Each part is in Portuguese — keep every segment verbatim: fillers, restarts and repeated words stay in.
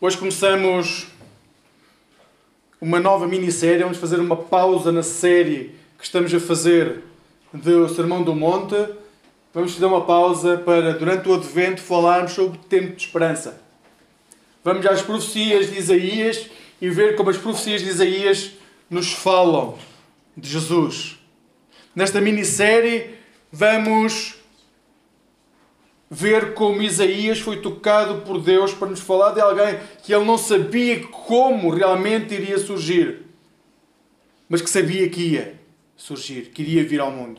Hoje começamos uma nova minissérie. Vamos fazer uma pausa na série que estamos a fazer do Sermão do Monte. Vamos fazer uma pausa para, durante o Advento, falarmos sobre o tempo de esperança. Vamos às profecias de Isaías e ver como as profecias de Isaías nos falam de Jesus. Nesta minissérie vamos ver como Isaías foi tocado por Deus para nos falar de alguém que ele não sabia como realmente iria surgir, mas que sabia que ia surgir, que iria vir ao mundo.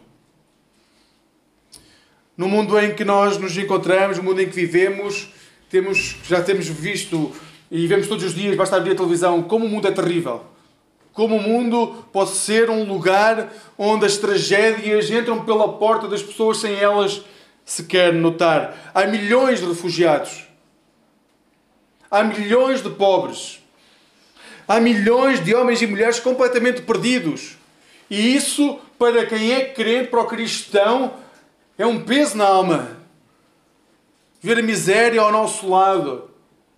No mundo em que nós nos encontramos, no mundo em que vivemos, temos, já temos visto e vemos todos os dias, basta abrir a televisão, como o mundo é terrível. Como o mundo pode ser um lugar onde as tragédias entram pela porta das pessoas sem elas sequer notar. Há milhões de refugiados. Há milhões de pobres. Há milhões de homens e mulheres completamente perdidos. E isso, para quem é crente, para o cristão, é um peso na alma. Ver a miséria ao nosso lado.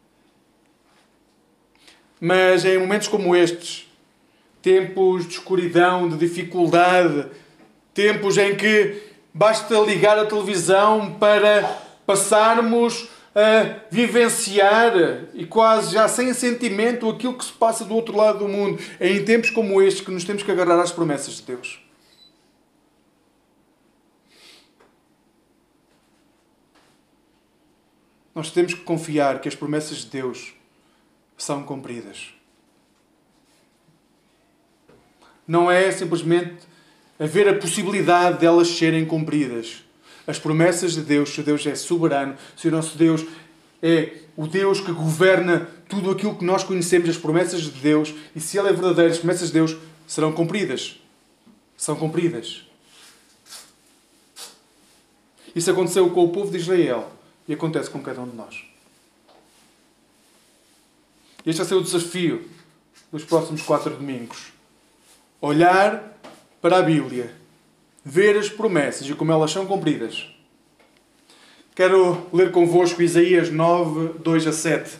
Mas é em momentos como estes, tempos de escuridão, de dificuldade, tempos em que basta ligar a televisão para passarmos a vivenciar, e quase já sem sentimento, aquilo que se passa do outro lado do mundo. É em tempos como estes que nos temos que agarrar às promessas de Deus. Nós temos que confiar que as promessas de Deus são cumpridas. Não é simplesmente haver a possibilidade delas serem cumpridas. As promessas de Deus, se Deus é soberano, se o nosso Deus é o Deus que governa tudo aquilo que nós conhecemos, as promessas de Deus, e se Ele é verdadeiro, as promessas de Deus serão cumpridas. São cumpridas. Isso aconteceu com o povo de Israel e acontece com cada um de nós. Este vai ser o desafio dos próximos quatro domingos. Olhar para a Bíblia, ver as promessas e como elas são cumpridas. Quero ler convosco Isaías nove, dois a sete.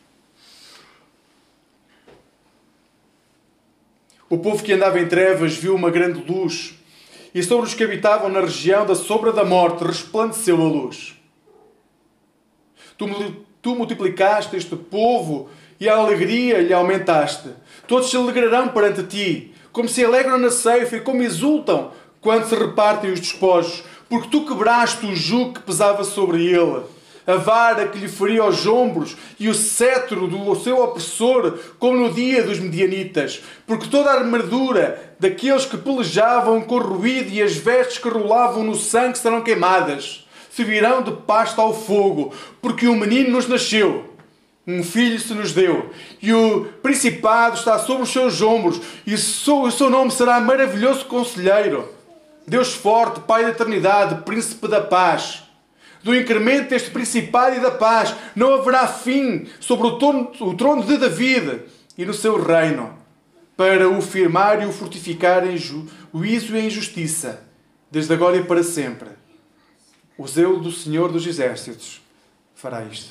O povo que andava em trevas viu uma grande luz, e sobre os que habitavam na região da sombra da morte resplandeceu a luz. Tu, tu multiplicaste este povo e a alegria lhe aumentaste. Todos se alegrarão perante ti, como se alegram na ceifa e como exultam quando se repartem os despojos, porque tu quebraste o jugo que pesava sobre ele, a vara que lhe feria os ombros e o cetro do seu opressor, como no dia dos medianitas, porque toda a armadura daqueles que pelejavam corroída e as vestes que rolavam no sangue serão queimadas, subirão de pasto ao fogo, porque um menino nos nasceu. Um filho se nos deu, e o principado está sobre os seus ombros, e o seu nome será Maravilhoso Conselheiro, Deus Forte, Pai da Eternidade, Príncipe da Paz. Do incremento deste principado e da paz não haverá fim sobre o trono, o trono de David e no seu reino, para o firmar e o fortificar em juízo e em justiça, desde agora e para sempre. O zelo do Senhor dos Exércitos fará isto.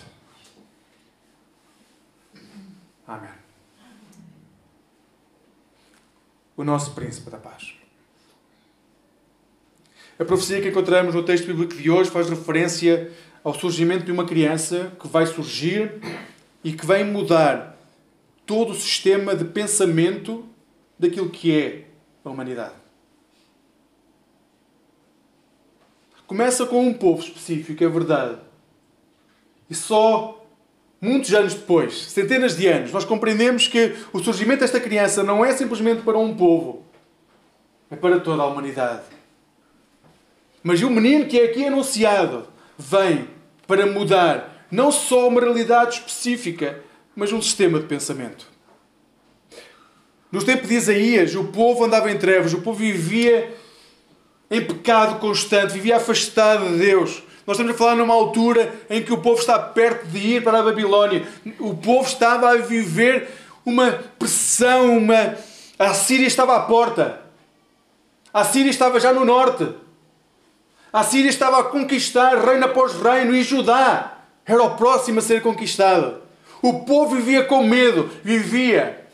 Amém. O nosso Príncipe da Paz. A profecia que encontramos no texto bíblico de hoje faz referência ao surgimento de uma criança que vai surgir e que vai mudar todo o sistema de pensamento daquilo que é a humanidade. Começa com um povo específico, é verdade. E só muitos anos depois, centenas de anos, nós compreendemos que o surgimento desta criança não é simplesmente para um povo, é para toda a humanidade. Mas o menino que é aqui anunciado vem para mudar não só uma realidade específica, mas um sistema de pensamento. No tempo de Isaías, o povo andava em trevas, o povo vivia em pecado constante, vivia afastado de Deus. Nós estamos a falar numa altura em que o povo está perto de ir para a Babilónia. O povo estava a viver uma pressão, uma... a Síria estava à porta. A Síria estava já no norte. A Síria estava a conquistar reino após reino e Judá era o próximo a ser conquistado. O povo vivia com medo, vivia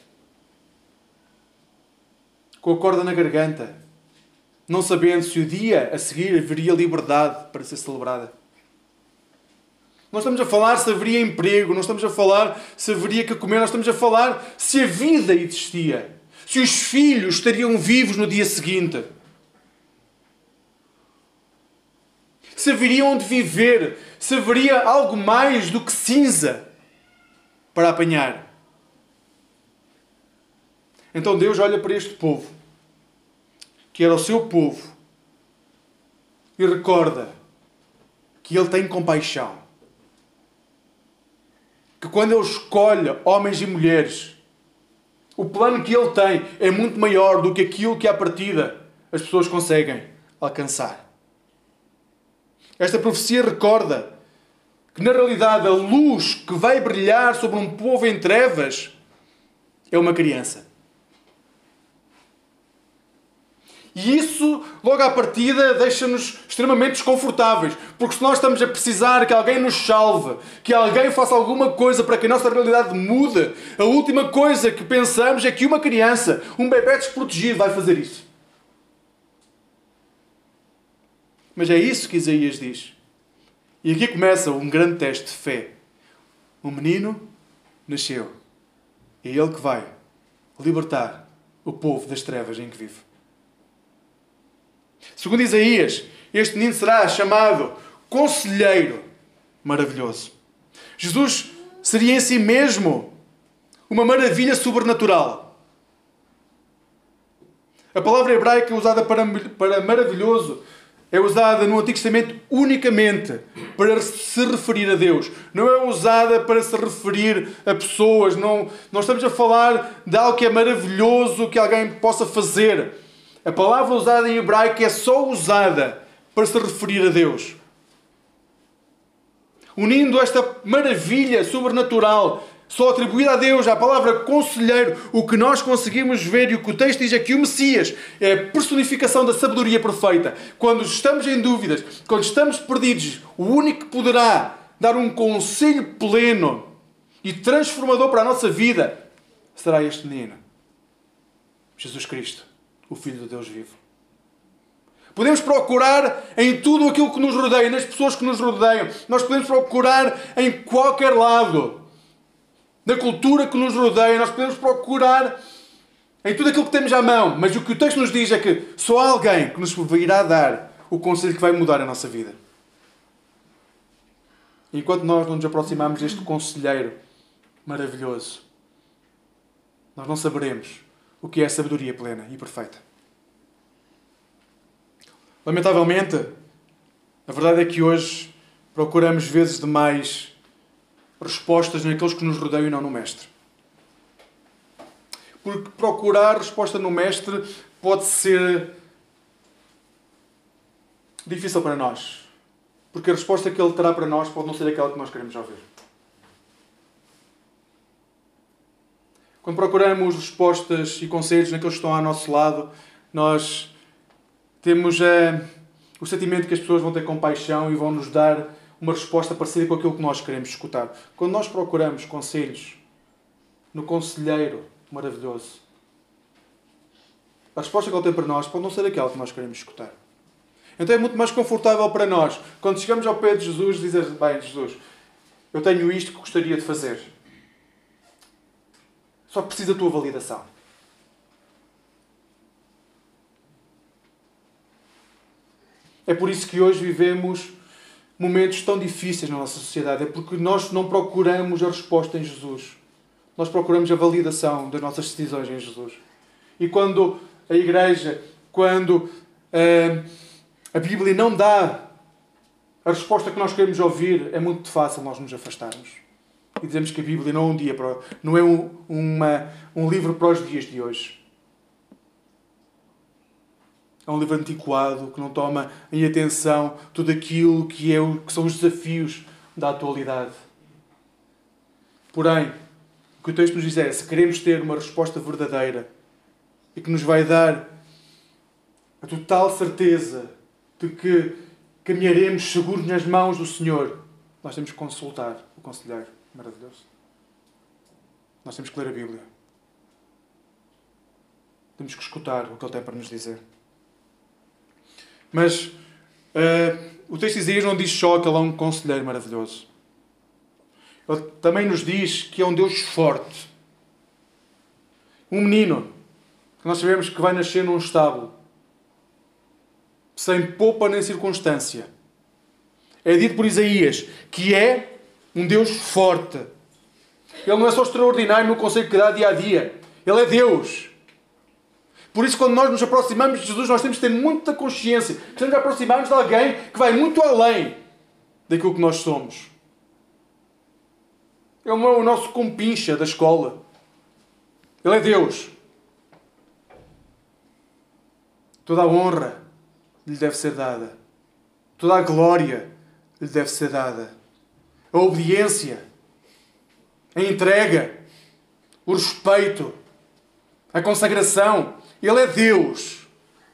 com a corda na garganta, não sabendo se o dia a seguir haveria liberdade para ser celebrada. Não estamos a falar se haveria emprego, não estamos a falar se haveria que comer, nós estamos a falar se a vida existia, se os filhos estariam vivos no dia seguinte, se haveria onde viver, se haveria algo mais do que cinza para apanhar. Então Deus olha para este povo, que era o seu povo, e recorda que Ele tem compaixão. Que quando Ele escolhe homens e mulheres, o plano que Ele tem é muito maior do que aquilo que à partida as pessoas conseguem alcançar. Esta profecia recorda que na realidade a luz que vai brilhar sobre um povo em trevas é uma criança. E isso, logo à partida, deixa-nos extremamente desconfortáveis. Porque se nós estamos a precisar que alguém nos salve, que alguém faça alguma coisa para que a nossa realidade mude, a última coisa que pensamos é que uma criança, um bebé desprotegido, vai fazer isso. Mas é isso que Isaías diz. E aqui começa um grande teste de fé. Um menino nasceu. É Ele que vai libertar o povo das trevas em que vive. Segundo Isaías, este menino será chamado Conselheiro Maravilhoso. Jesus seria em si mesmo uma maravilha sobrenatural. A palavra hebraica usada para, para maravilhoso é usada no Antigo Testamento unicamente para se referir a Deus. Não é usada para se referir a pessoas. Não, não estamos a falar de algo que é maravilhoso, que alguém possa fazer. A palavra usada em hebraico é só usada para se referir a Deus. Unindo esta maravilha sobrenatural só atribuída a Deus, à palavra conselheiro, o que nós conseguimos ver e o que o texto diz é que o Messias é a personificação da sabedoria perfeita. Quando estamos em dúvidas, quando estamos perdidos, o único que poderá dar um conselho pleno e transformador para a nossa vida será este menino, Jesus Cristo, o Filho do Deus vivo. Podemos procurar em tudo aquilo que nos rodeia, nas pessoas que nos rodeiam. Nós podemos procurar em qualquer lado, na cultura que nos rodeia. Nós podemos procurar em tudo aquilo que temos à mão. Mas o que o texto nos diz é que só há alguém que nos irá dar o conselho que vai mudar a nossa vida. E enquanto nós não nos aproximamos deste conselheiro maravilhoso, nós não saberemos o que é a sabedoria plena e perfeita. Lamentavelmente, a verdade é que hoje procuramos vezes demais respostas naqueles que nos rodeiam e não no Mestre. Porque procurar resposta no Mestre pode ser difícil para nós. Porque a resposta que Ele terá para nós pode não ser aquela que nós queremos ouvir. Quando procuramos respostas e conselhos naqueles que estão ao nosso lado, nós temos uh, o sentimento que as pessoas vão ter compaixão e vão nos dar uma resposta parecida com aquilo que nós queremos escutar. Quando nós procuramos conselhos no conselheiro maravilhoso, a resposta que Ele tem para nós pode não ser aquela que nós queremos escutar. Então é muito mais confortável para nós, quando chegamos ao pé de Jesus, dizer: bem, Jesus, eu tenho isto que gostaria de fazer. Só preciso da tua validação. É por isso que hoje vivemos momentos tão difíceis na nossa sociedade. É porque nós não procuramos a resposta em Jesus. Nós procuramos a validação das nossas decisões em Jesus. E quando a Igreja, quando uh, a Bíblia não dá a resposta que nós queremos ouvir, é muito fácil nós nos afastarmos. E dizemos que a Bíblia não é um, dia para, não é um, uma, um livro para os dias de hoje. É um livro antiquado que não toma em atenção tudo aquilo que, é o, que são os desafios da atualidade. Porém, o que o texto nos diz é: se queremos ter uma resposta verdadeira e que nos vai dar a total certeza de que caminharemos seguros nas mãos do Senhor, nós temos que consultar o Conselheiro Maravilhoso. Nós temos que ler a Bíblia. Temos que escutar o que Ele tem para nos dizer. Mas uh, o texto de Isaías não diz só que Ele é um conselheiro maravilhoso. Ele também nos diz que é um Deus forte. Um menino que nós sabemos que vai nascer num estábulo, sem poupa nem circunstância. É dito por Isaías que é um Deus forte. Ele não é só extraordinário no conceito que dá dia a dia. Ele é Deus. Por isso, quando nós nos aproximamos de Jesus, nós temos que ter muita consciência que estamos a aproximar-nos de alguém que vai muito além daquilo que nós somos. Ele não é o nosso compincha da escola. Ele é Deus. Toda a honra lhe deve ser dada. Toda a glória lhe deve ser dada. A obediência, a entrega, o respeito, a consagração. Ele é Deus.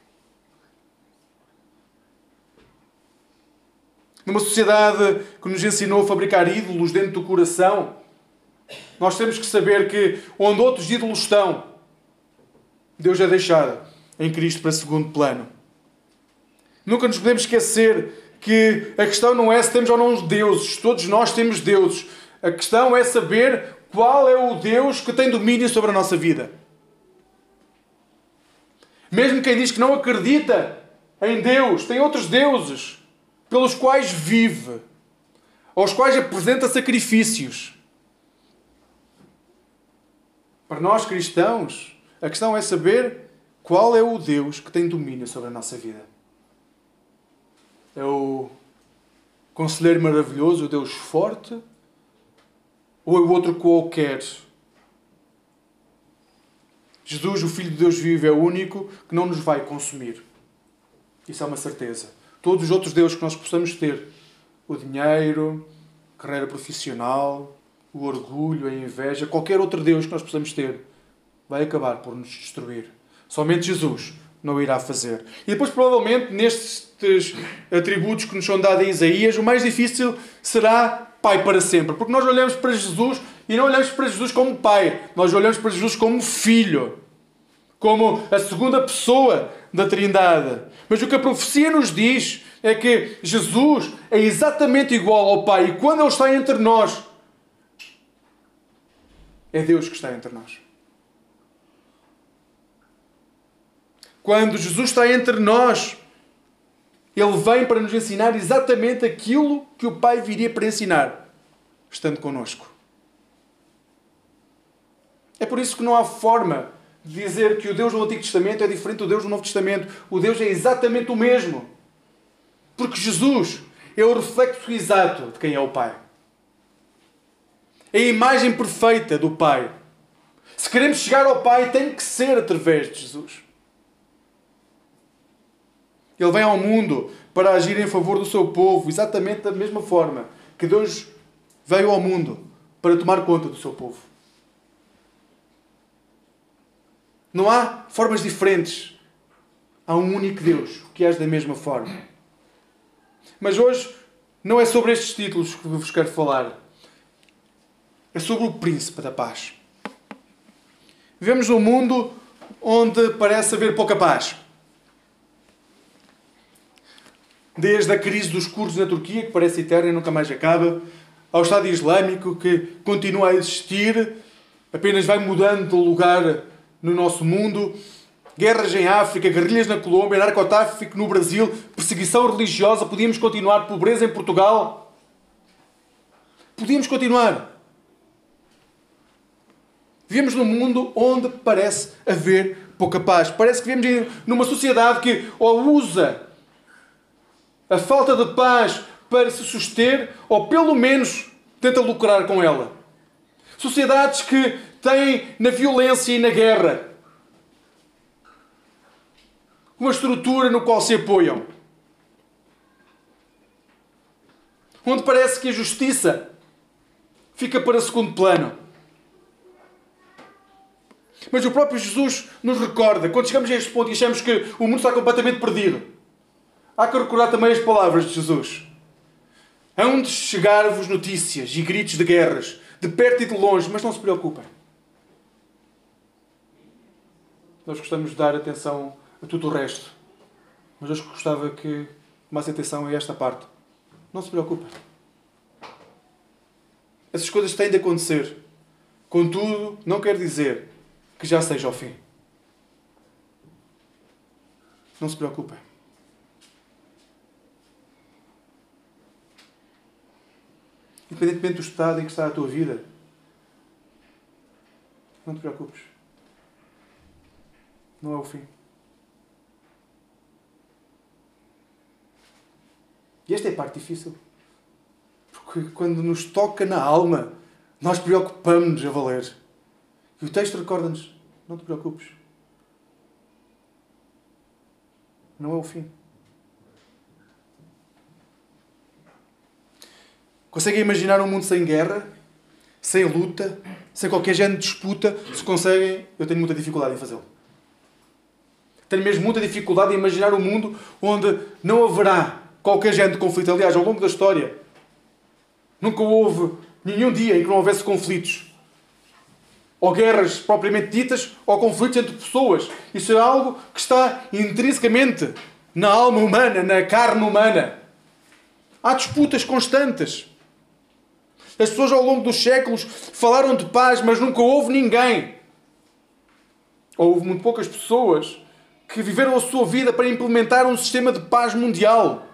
Numa sociedade que nos ensinou a fabricar ídolos dentro do coração, nós temos que saber que onde outros ídolos estão, Deus é deixado em Cristo para segundo plano. Nunca nos podemos esquecer que a questão não é se temos ou não deuses. Todos nós temos deuses. A questão é saber qual é o Deus que tem domínio sobre a nossa vida. Mesmo quem diz que não acredita em Deus, tem outros deuses pelos quais vive, aos quais apresenta sacrifícios. Para nós cristãos, a questão é saber qual é o Deus que tem domínio sobre a nossa vida. É o conselheiro maravilhoso, o Deus forte, ou é o outro qualquer? Jesus, o Filho de Deus vivo, é o único que não nos vai consumir. Isso é uma certeza. Todos os outros deuses que nós possamos ter, o dinheiro, a carreira profissional, o orgulho, a inveja, qualquer outro Deus que nós possamos ter, vai acabar por nos destruir. Somente Jesus não o irá fazer. E depois, provavelmente, nestes atributos que nos são dados em Isaías, o mais difícil será Pai para sempre. Porque nós olhamos para Jesus e não olhamos para Jesus como Pai. Nós olhamos para Jesus como Filho. Como a segunda pessoa da Trindade. Mas o que a profecia nos diz é que Jesus é exatamente igual ao Pai. E quando Ele está entre nós, é Deus que está entre nós. Quando Jesus está entre nós, Ele vem para nos ensinar exatamente aquilo que o Pai viria para ensinar, estando connosco. É por isso que não há forma de dizer que o Deus do Antigo Testamento é diferente do Deus do Novo Testamento. O Deus é exatamente o mesmo. Porque Jesus é o reflexo exato de quem é o Pai. É a imagem perfeita do Pai. Se queremos chegar ao Pai, tem que ser através de Jesus. Ele vem ao mundo para agir em favor do seu povo, exatamente da mesma forma que Deus veio ao mundo para tomar conta do seu povo. Não há formas diferentes. Há um único Deus que age da mesma forma. Mas hoje não é sobre estes títulos que vos quero falar. É sobre o Príncipe da Paz. Vivemos num mundo onde parece haver pouca paz. Desde a crise dos curdos na Turquia, que parece eterna e nunca mais acaba, ao Estado Islâmico, que continua a existir, apenas vai mudando de lugar no nosso mundo, guerras em África, guerrilhas na Colômbia, narcotráfico no Brasil, perseguição religiosa, podíamos continuar, pobreza em Portugal. Podíamos continuar. Vivemos num mundo onde parece haver pouca paz. Parece que vivemos numa sociedade que ou usa a falta de paz para se suster, ou pelo menos tenta lucrar com ela. Sociedades que têm na violência e na guerra uma estrutura no qual se apoiam. Onde parece que a justiça fica para segundo plano. Mas o próprio Jesus nos recorda, quando chegamos a este ponto e achamos que o mundo está completamente perdido, há que recordar também as palavras de Jesus. Hão de chegar-vos notícias e gritos de guerras, de perto e de longe, mas não se preocupem. nós gostamos de dar atenção a tudo o resto. Mas hoje gostava que tomasse atenção a esta parte. Não se preocupe. Essas coisas têm de acontecer. Contudo, não quer dizer que já seja o fim. Não se preocupem. Independentemente do estado em que está a tua vida, não te preocupes. Não é o fim. E esta é a parte difícil. Porque quando nos toca na alma, nós preocupamos-nos a valer. E o texto recorda-nos, não te preocupes. Não é o fim. Conseguem imaginar um mundo sem guerra, sem luta, sem qualquer género de disputa? Se conseguem, eu tenho muita dificuldade em fazê-lo. Tenho mesmo muita dificuldade em imaginar um mundo onde não haverá qualquer género de conflito. Aliás, ao longo da história, nunca houve nenhum dia em que não houvesse conflitos. Ou guerras propriamente ditas, ou conflitos entre pessoas. Isso é algo que está intrinsecamente na alma humana, na carne humana. Há disputas constantes. As pessoas ao longo dos séculos falaram de paz, mas nunca houve ninguém. Ou houve muito poucas pessoas que viveram a sua vida para implementar um sistema de paz mundial.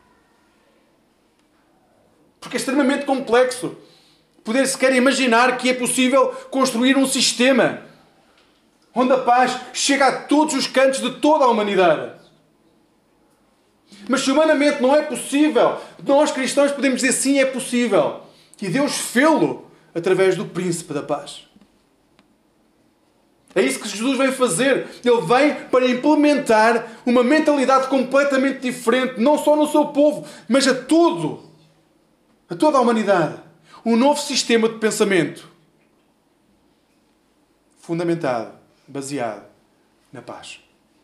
Porque é extremamente complexo poder sequer imaginar que é possível construir um sistema onde a paz chega a todos os cantos de toda a humanidade. Mas se humanamente não é possível, nós cristãos podemos dizer sim, é possível. E Deus fê-lo através do Príncipe da Paz. É isso que Jesus vem fazer. Ele vem para implementar uma mentalidade completamente diferente, não só no seu povo, mas a todo, a toda a humanidade. Um novo sistema de pensamento fundamentado, baseado na paz.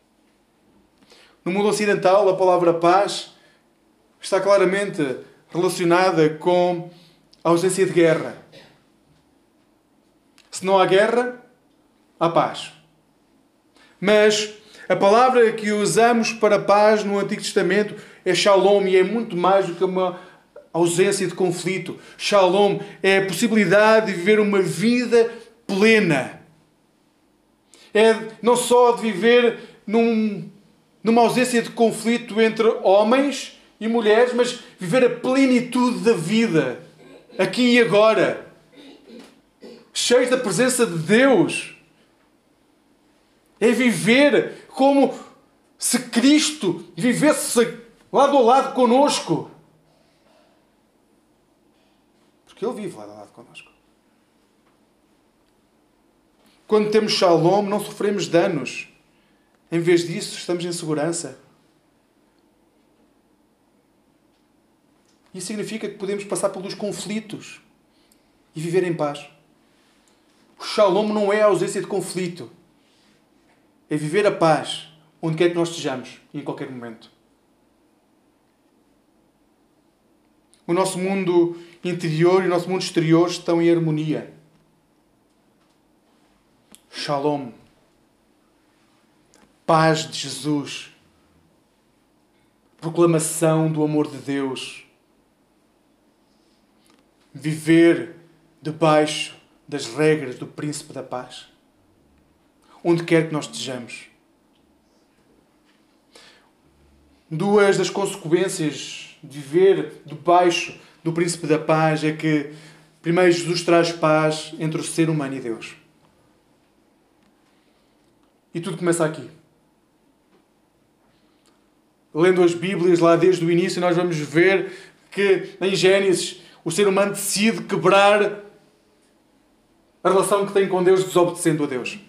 No mundo ocidental, a palavra paz está claramente relacionada com a ausência de guerra. Se não há guerra, há paz. Mas a palavra que usamos para paz no Antigo Testamento é shalom, e é muito mais do que uma ausência de conflito. Shalom é a possibilidade de viver uma vida plena. É não só de viver num, numa ausência de conflito entre homens e mulheres, mas viver a plenitude da vida, aqui e agora, cheios da presença de Deus. É viver como se Cristo vivesse lado a lado connosco. Porque Ele vive lado a lado connosco. Quando temos shalom, não sofremos danos. Em vez disso, estamos em segurança. Isso significa que podemos passar pelos conflitos e viver em paz. O shalom não é a ausência de conflito. É viver a paz onde quer que nós estejamos e em qualquer momento. O nosso mundo interior e o nosso mundo exterior estão em harmonia. Shalom. Paz de Jesus. Proclamação do amor de Deus. Viver debaixo das regras do Príncipe da Paz. Onde quer que nós estejamos. Duas das consequências de viver debaixo do Príncipe da Paz é que, primeiro, Jesus traz paz entre o ser humano e Deus. E tudo começa aqui. Lendo as Bíblias, lá desde o início, nós vamos ver que, em Gênesis, o ser humano decide quebrar a relação que tem com Deus, desobedecendo a Deus.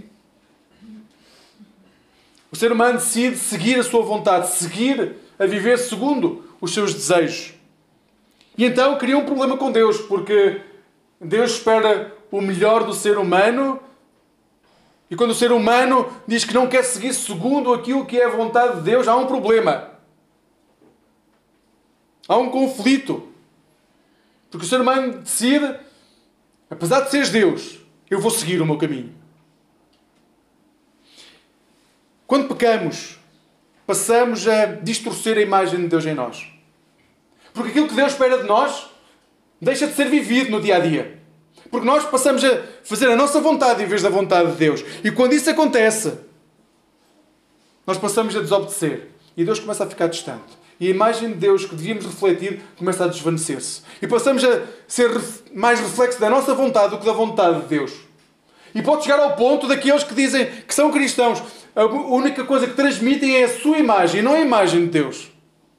O ser humano decide seguir a sua vontade, seguir a viver segundo os seus desejos. E então cria um problema com Deus, porque Deus espera o melhor do ser humano, e quando o ser humano diz que não quer seguir segundo aquilo que é a vontade de Deus, há um problema. Há um conflito. Porque o ser humano decide, apesar de seres Deus, eu vou seguir o meu caminho. Quando pecamos, passamos a distorcer a imagem de Deus em nós. Porque aquilo que Deus espera de nós deixa de ser vivido no dia a dia. Porque nós passamos a fazer a nossa vontade em vez da vontade de Deus. E quando isso acontece, nós passamos a desobedecer. E Deus começa a ficar distante. E a imagem de Deus que devíamos refletir começa a desvanecer-se. E passamos a ser mais reflexo da nossa vontade do que da vontade de Deus. E pode chegar ao ponto daqueles que dizem que são cristãos. A única coisa que transmitem é a sua imagem, não a imagem de Deus.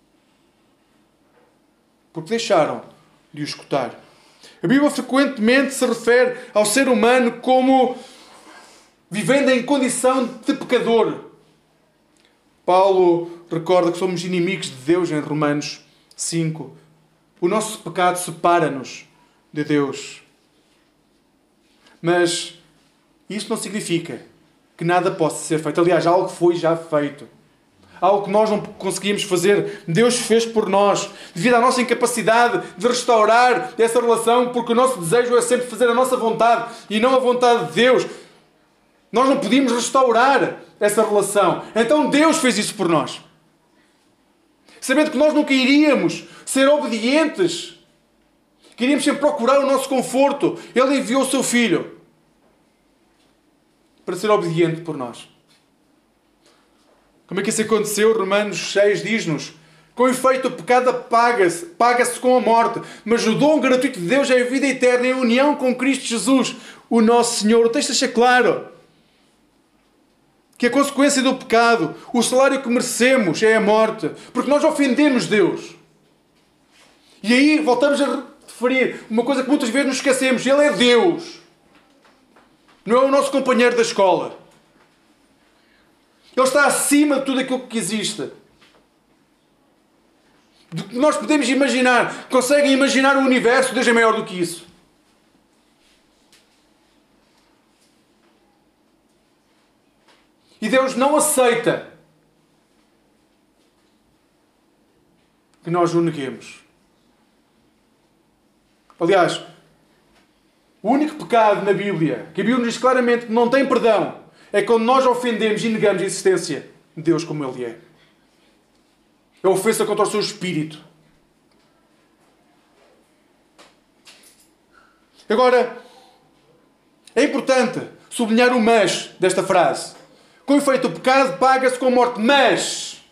Porque deixaram de o escutar. A Bíblia frequentemente se refere ao ser humano como vivendo em condição de pecador. Paulo recorda que somos inimigos de Deus em Romanos cinco. O nosso pecado separa-nos de Deus. Mas isso não significa que nada possa ser feito. Aliás, algo foi já feito. Algo que nós não conseguimos fazer, Deus fez por nós. Devido à nossa incapacidade de restaurar essa relação, porque o nosso desejo é sempre fazer a nossa vontade e não a vontade de Deus. Nós não podíamos restaurar essa relação. Então Deus fez isso por nós. Sabendo que nós nunca iríamos ser obedientes, que iríamos sempre procurar o nosso conforto, Ele enviou o seu Filho para ser obediente por nós. Como é que isso aconteceu? Romanos seis diz-nos: com efeito, o pecado paga-se, paga-se com a morte, mas o dom gratuito de Deus é a vida eterna em união com Cristo Jesus, o nosso Senhor. O texto deixa claro que a consequência do pecado, o salário que merecemos é a morte, porque nós ofendemos Deus. E aí voltamos a referir uma coisa que muitas vezes nos esquecemos: Ele é Deus, não é o nosso companheiro da escola. Ele está acima de tudo aquilo que existe. Do que nós podemos imaginar. Conseguem imaginar o universo? Deus é maior do que isso. E Deus não aceita que nós o neguemos. Aliás, o único pecado na Bíblia, que a Bíblia nos diz claramente que não tem perdão, é quando nós ofendemos e negamos a existência de Deus como Ele é. É ofensa contra o seu Espírito. Agora, é importante sublinhar o mas desta frase. Com efeito, o pecado paga-se com morte. Mas,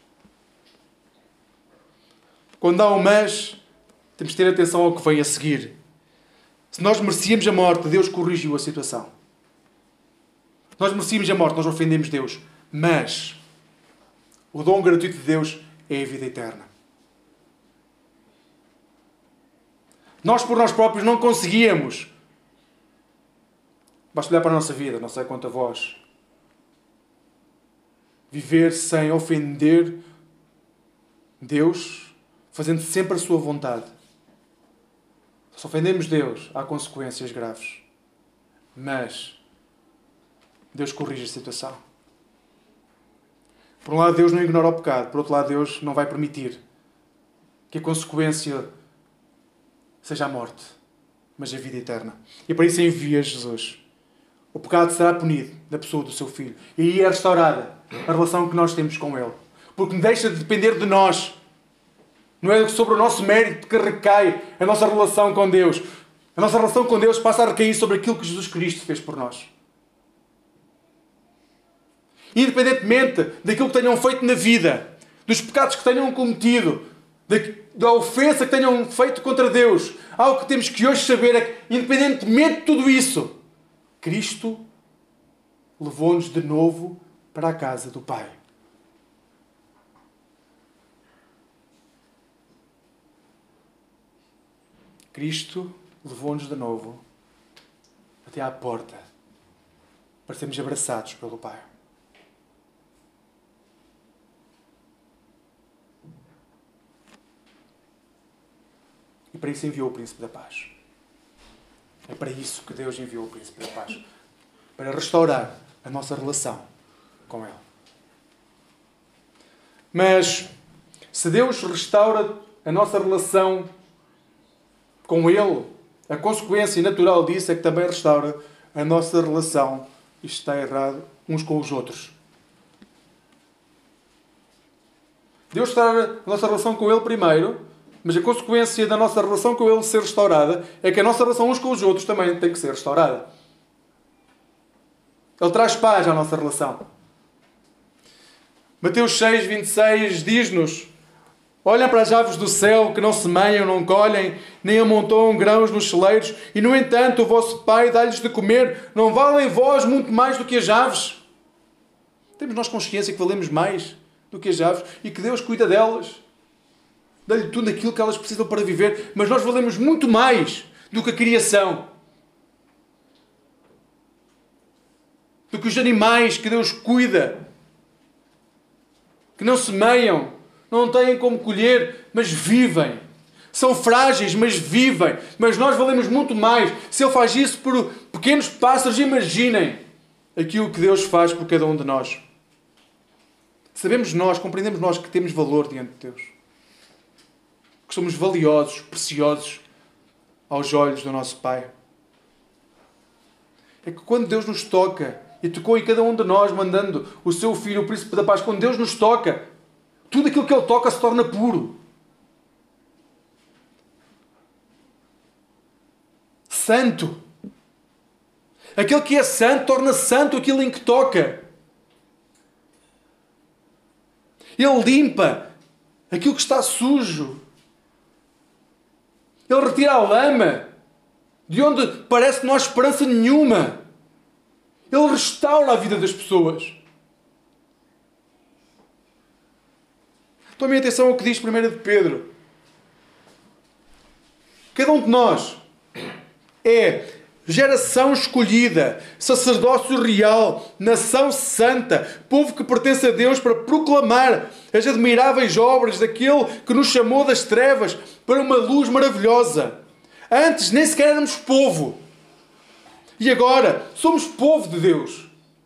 quando há um mas, temos de ter atenção ao que vem a seguir. Se nós merecíamos a morte, Deus corrigiu a situação. Nós merecíamos a morte, nós ofendemos Deus. Mas o dom gratuito de Deus é a vida eterna. Nós por nós próprios não conseguíamos. Basta olhar para a nossa vida, não sei quanto a vós. Viver sem ofender Deus, fazendo sempre a sua vontade. Se ofendemos Deus, há consequências graves. Mas Deus corrige a situação. Por um lado, Deus não ignora o pecado. Por outro lado, Deus não vai permitir que a consequência seja a morte, mas a vida eterna. E para isso envia Jesus. O pecado será punido na pessoa do seu Filho. E aí é restaurada a relação que nós temos com Ele. Porque deixa de depender de nós. Não é sobre o nosso mérito que recai a nossa relação com Deus. A nossa relação com Deus passa a recair sobre aquilo que Jesus Cristo fez por nós. Independentemente daquilo que tenham feito na vida, dos pecados que tenham cometido, da, da ofensa que tenham feito contra Deus, algo que temos que hoje saber é que, independentemente de tudo isso, Cristo levou-nos de novo para a casa do Pai. Cristo levou-nos de novo até à porta para sermos abraçados pelo Pai. E para isso enviou o Príncipe da Paz. É para isso que Deus enviou o Príncipe da Paz. Para restaurar a nossa relação com Ele. Mas, se Deus restaura a nossa relação com Ele, a consequência natural disso é que também restaura a nossa relação, isto está errado, uns com os outros. Deus restaurar a nossa relação com Ele primeiro, mas a consequência da nossa relação com Ele ser restaurada é que a nossa relação uns com os outros também tem que ser restaurada. Ele traz paz à nossa relação. Mateus seis, vinte e seis diz-nos: olhem para as aves do céu, que não semeiam, não colhem, nem amontoam grãos nos celeiros, e no entanto o vosso Pai dá-lhes de comer. Não valem vós muito mais do que as aves? Temos nós consciência que valemos mais do que as aves e que Deus cuida delas. Dá-lhe tudo aquilo que elas precisam para viver, mas nós valemos muito mais do que a criação. Do que os animais que Deus cuida. Que não semeiam, não têm como colher, mas vivem. São frágeis, mas vivem. Mas nós valemos muito mais. Se Ele faz isso por pequenos pássaros, imaginem aquilo que Deus faz por cada um de nós. Sabemos nós, compreendemos nós que temos valor diante de Deus. Que somos valiosos, preciosos aos olhos do nosso Pai. É que quando Deus nos toca, e tocou em cada um de nós, mandando o seu Filho, o Príncipe da Paz, quando Deus nos toca, tudo aquilo que Ele toca se torna puro. Santo. Aquele que é santo torna santo aquilo em que toca. Ele limpa aquilo que está sujo. Ele retira a lama de onde parece que não há esperança nenhuma. Ele restaura a vida das pessoas. Tomem atenção ao que diz primeiro de Pedro. Cada um de nós é geração escolhida, sacerdócio real, nação santa, povo que pertence a Deus, para proclamar as admiráveis obras daquele que nos chamou das trevas para uma luz maravilhosa. Antes nem sequer éramos povo. E agora somos povo de Deus.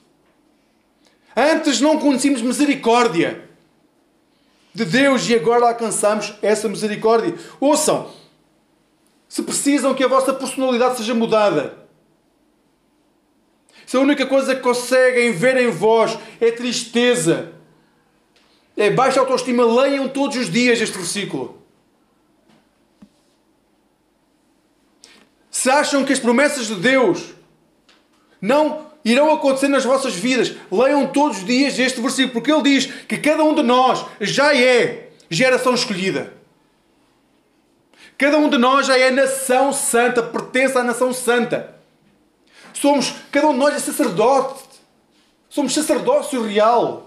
Antes não conhecíamos misericórdia de Deus e agora alcançamos essa misericórdia. Ouçam, se precisam que a vossa personalidade seja mudada, se a única coisa que conseguem ver em vós é tristeza, é baixa autoestima, leiam todos os dias este versículo. Se acham que as promessas de Deus não irão acontecer nas vossas vidas, leiam todos os dias este versículo, porque ele diz que cada um de nós já é geração escolhida. Cada um de nós já é nação santa, pertence à nação santa. Somos, cada um de nós é sacerdote. Somos sacerdócio real.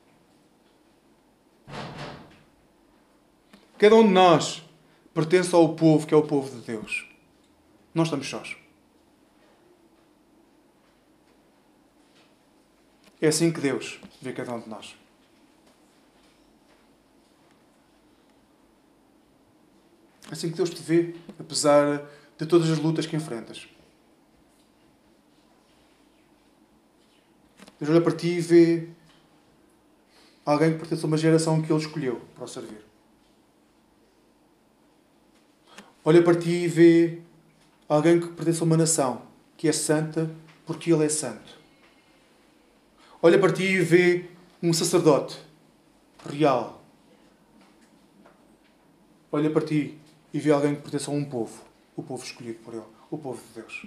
Cada um de nós pertence ao povo que é o povo de Deus. Não estamos sós. É assim que Deus vê cada um de nós. É assim que Deus te vê, apesar de todas as lutas que enfrentas. Deus olha para ti e vê alguém que pertence a uma geração que Ele escolheu para o servir. Olha para ti e vê alguém que pertence a uma nação que é santa porque Ele é santo. Olha para ti e vê um sacerdote real. Olha para ti e vê alguém que pertence a um povo. O povo escolhido por Ele. O povo de Deus.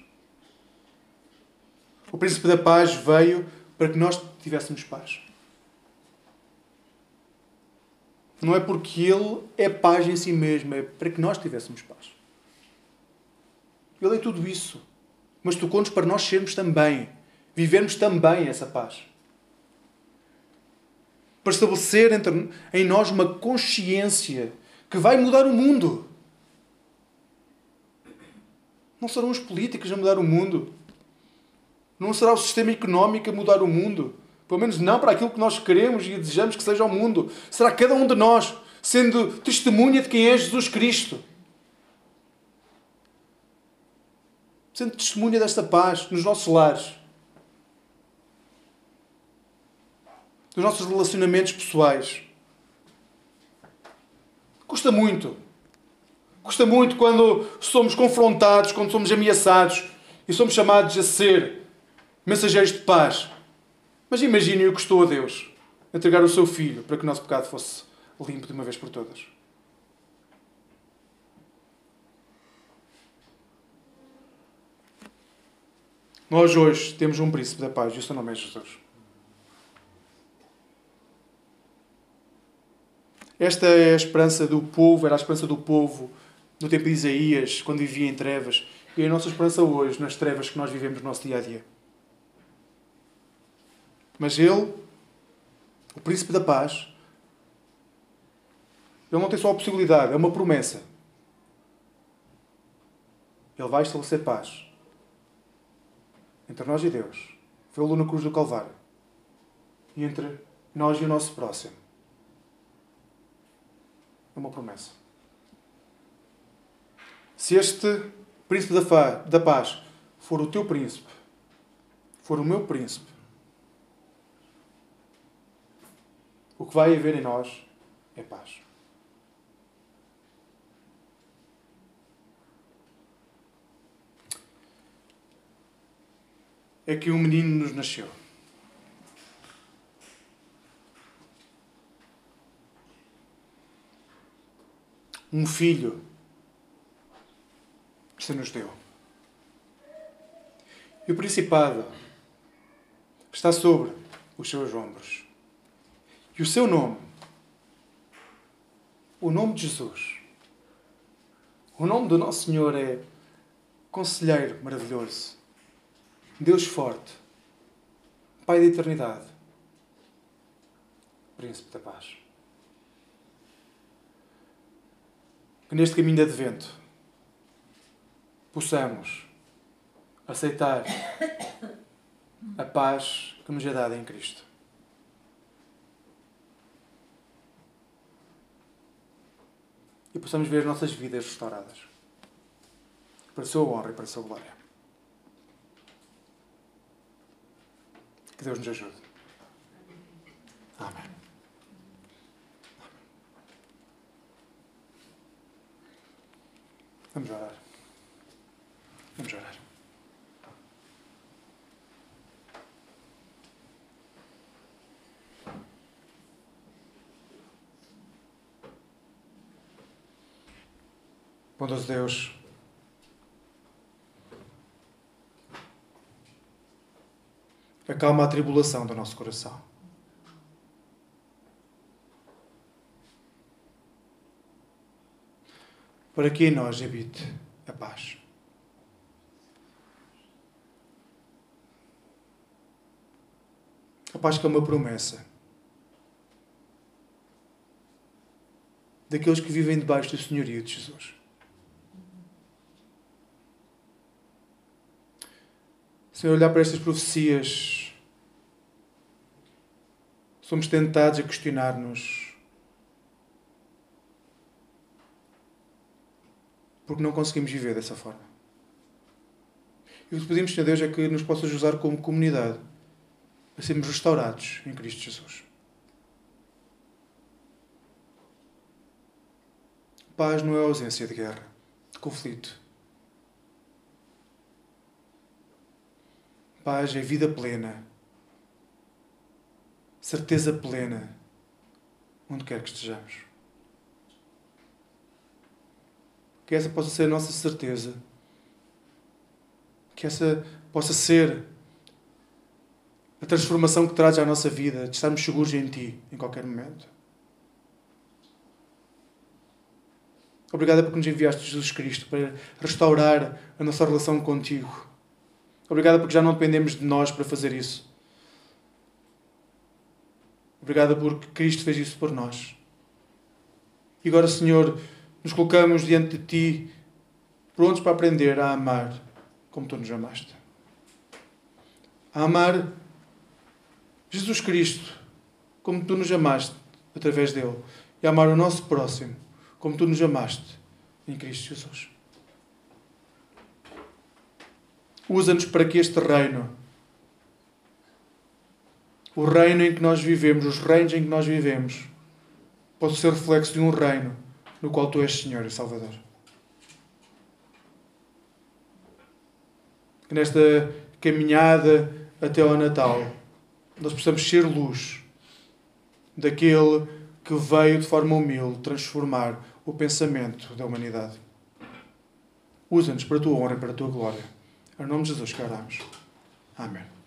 O Príncipe da Paz veio para que nós tivéssemos paz. Não é porque Ele é paz em si mesmo, é para que nós tivéssemos paz. Ele é tudo isso. Mas tocou-nos para nós sermos também, vivermos também essa paz. Para estabelecer entre, em nós uma consciência que vai mudar o mundo. Não serão os políticos a mudar o mundo. Não será o sistema económico a mudar o mundo. Pelo menos não para aquilo que nós queremos e desejamos que seja o mundo. Será cada um de nós sendo testemunha de quem é Jesus Cristo. Sendo testemunha desta paz nos nossos lares. Dos nossos relacionamentos pessoais. Custa muito. Custa muito quando somos confrontados, quando somos ameaçados e somos chamados a ser mensageiros de paz. Mas imaginem o que custou a Deus entregar o seu Filho para que o nosso pecado fosse limpo de uma vez por todas. Nós hoje temos um príncipe da paz e o seu nome é Jesus. Esta é a esperança do povo, era a esperança do povo no tempo de Isaías, quando vivia em trevas. E é a nossa esperança hoje, nas trevas que nós vivemos no nosso dia-a-dia. Mas Ele, o Príncipe da Paz, Ele não tem só a possibilidade, é uma promessa. Ele vai estabelecer paz entre nós e Deus. Fê-lo na cruz do Calvário. E entre nós e o nosso próximo. É uma promessa. Se este príncipe da, fa, da paz for o teu príncipe, for o meu príncipe, o que vai haver em nós é paz. É que um menino nos nasceu. Um filho se nos deu. E o principado está sobre os seus ombros. E o seu nome, o nome de Jesus, o nome do nosso Senhor é Conselheiro Maravilhoso, Deus Forte, Pai da Eternidade, Príncipe da Paz. Que neste caminho de advento possamos aceitar a paz que nos é dada em Cristo. E possamos ver as nossas vidas restauradas. Para a sua honra e para a sua glória. Que Deus nos ajude. Amém. Vamos orar. Vamos orar. Bondoso Deus, acalma a tribulação do nosso coração. Para que em nós habite a paz. A paz que é uma promessa daqueles que vivem debaixo do senhorio de Jesus. Senhor, olhar para estas profecias, somos tentados a questionar-nos porque não conseguimos viver dessa forma. E o que pedimos, Senhor Deus, é que nos possas usar como comunidade a sermos restaurados em Cristo Jesus. Paz não é ausência de guerra, de conflito. Paz é vida plena, certeza plena, onde quer que estejamos. Que essa possa ser a nossa certeza. Que essa possa ser a transformação que traz à nossa vida, de estarmos seguros em Ti, em qualquer momento. Obrigado porque nos enviaste Jesus Cristo para restaurar a nossa relação contigo. Obrigado porque já não dependemos de nós para fazer isso. Obrigado porque Cristo fez isso por nós. E agora, Senhor, nos colocamos diante de Ti, prontos para aprender a amar como Tu nos amaste. A amar Jesus Cristo como Tu nos amaste através dele. E a amar o nosso próximo como Tu nos amaste em Cristo Jesus. Usa-nos para que este reino, o reino em que nós vivemos, os reinos em que nós vivemos, possa ser reflexo de um reino no qual Tu és Senhor e Salvador. Que nesta caminhada até ao Natal, nós possamos ser luz daquele que veio de forma humilde transformar o pensamento da humanidade. Usa-nos para a tua honra e para a tua glória. Em nome de Jesus que oramos. Amém.